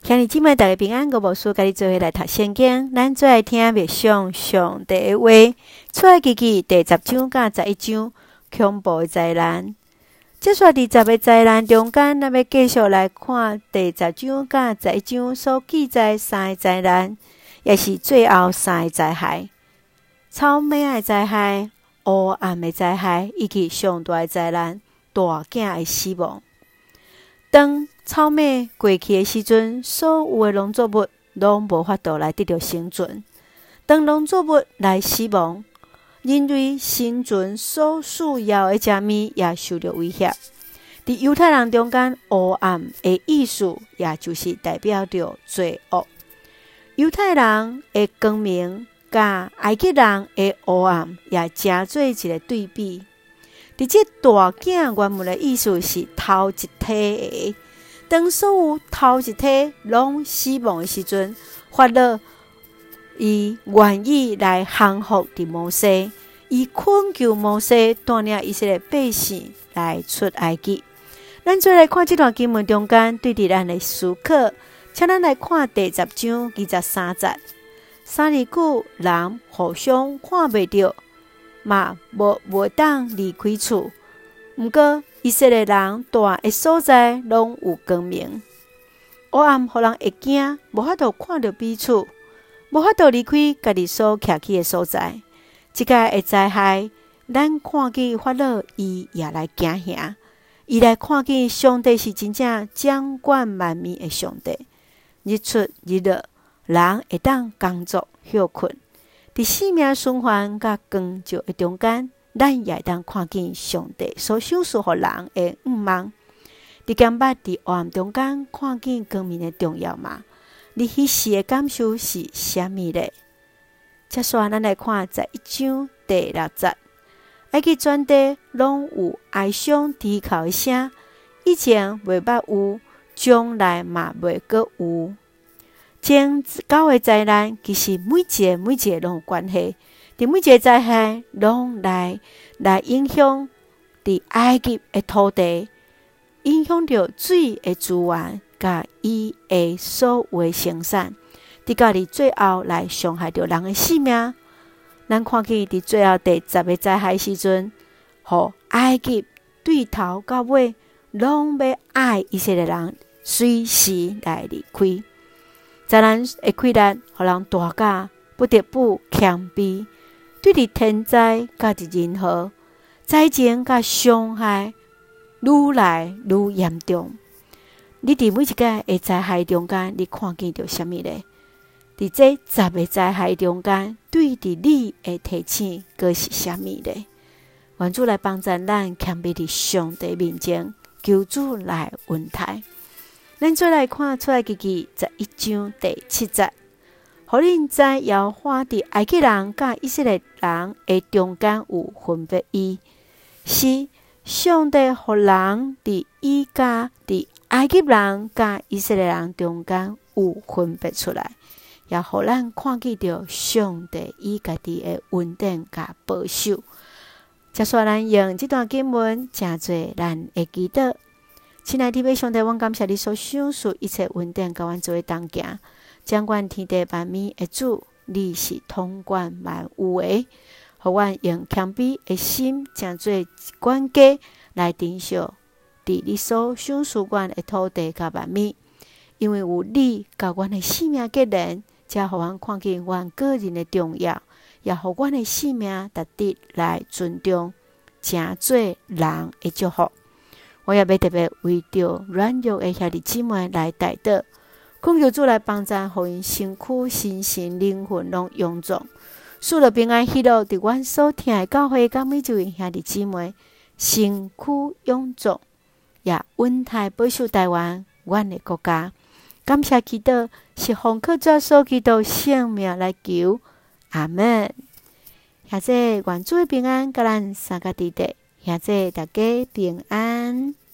兄弟姊妹，大家平安，我无事，甲你做伙来读圣经。咱做来听默想上帝的话。出埃及记第10章甲11章，恐怖的灾难。接续第10个灾难中间，咱要继续来看第10章甲11章所记载3个灾难，也是最后3个灾害：草蜢仔的灾害、黑暗的灾害，以及上大的灾难——大囝的死亡。当草蜢过去的时阵，所有的农作物拢无法度来得到生存。当农作物来死亡，人类生存所需要的食物也受到威胁。伫犹太人中间，黑暗的意思也就是代表着罪恶。犹太人的光明甲埃及人的黑暗也真做一个对比。伫这大囝原文的意思是头一体的。当所有头一体拢死亡的时阵，法老伊愿意来降服伫摩西，伊恳求摩西带领以色列百姓来出埃及。咱再来看这段经文中间对伫咱的思考，请咱来看第10章23节。三日久，人互相看袂到，嘛无当离开厝。毋过以色列人住的所在拢有光明，黑暗互人会惊，无法度看到彼此，无法度离开家己所徛起的所在。即个的灾害，咱看见法老伊也来惊吓，伊来看见上帝是真正掌管万物的上帝。日出日落，人会当工作休困，伫生命循环甲光照的中间，咱也会当看见上帝所赏赐予人的望。你敢捌伫黑暗中间看见光明的重要吗？你迄时的感受是啥物呢？接续咱来看11章第6节。埃及全地拢有哀伤啼哭的声，以前未捌有，将来嘛袂阁有。前9个灾难其实每一个拢有关系。伫每一个灾害拢来影响伫埃及的土地，影响着水的资源，甲伊的所有的生产，伫到伫最后来伤害着人的性命。咱看见伫最后第10个灾害时阵，互埃及对头到尾拢要爱以色列人随时来离开。灾难的溃烂，互人大家不得不谦卑。对伫天灾甲伫人祸，灾情甲伤害愈来愈严重。你伫每一个的灾害中间，你看见着啥物呢？伫这10个灾害中间，对伫你的提醒，阁是啥物呢？愿主来帮助咱谦卑伫上帝面前，求主来恩待。咱再来看出埃及记11章第7节。互恁知耶和华伫埃及人甲以色列人的中间有分别伊，是上帝互人伫伊甲伫埃及人甲以色列人中间有分别出来，也互咱看见着上帝伊家己的恩典甲保守。接续咱用这段经文，诚侪咱的祈祷。亲爱的弟兄上帝，阮感谢你所赏赐一切恩典，甲阮做伙同行。掌管天地万物的主，你是统管万有的，互阮用谦卑的心，诚做一管家来珍惜伫你所赏赐阮的土地甲万物，因为有你甲阮的性命结连，才互阮看见阮个人的重要，也互阮的性命值得来尊重，诚做人的祝福。我也要特别为着软弱的兄弟姊妹来代祷。恳求主来帮助，互因身躯、心神、灵魂拢勇壮，赐了平安喜乐伫阮所听的教会，甲每一位兄弟姊妹身躯勇壮，也稳泰保守台湾，阮的国家。感谢祈祷，是奉靠主所祈祷性命来求，阿门。现在愿主的平安，甲咱三个弟弟，现在大家平安。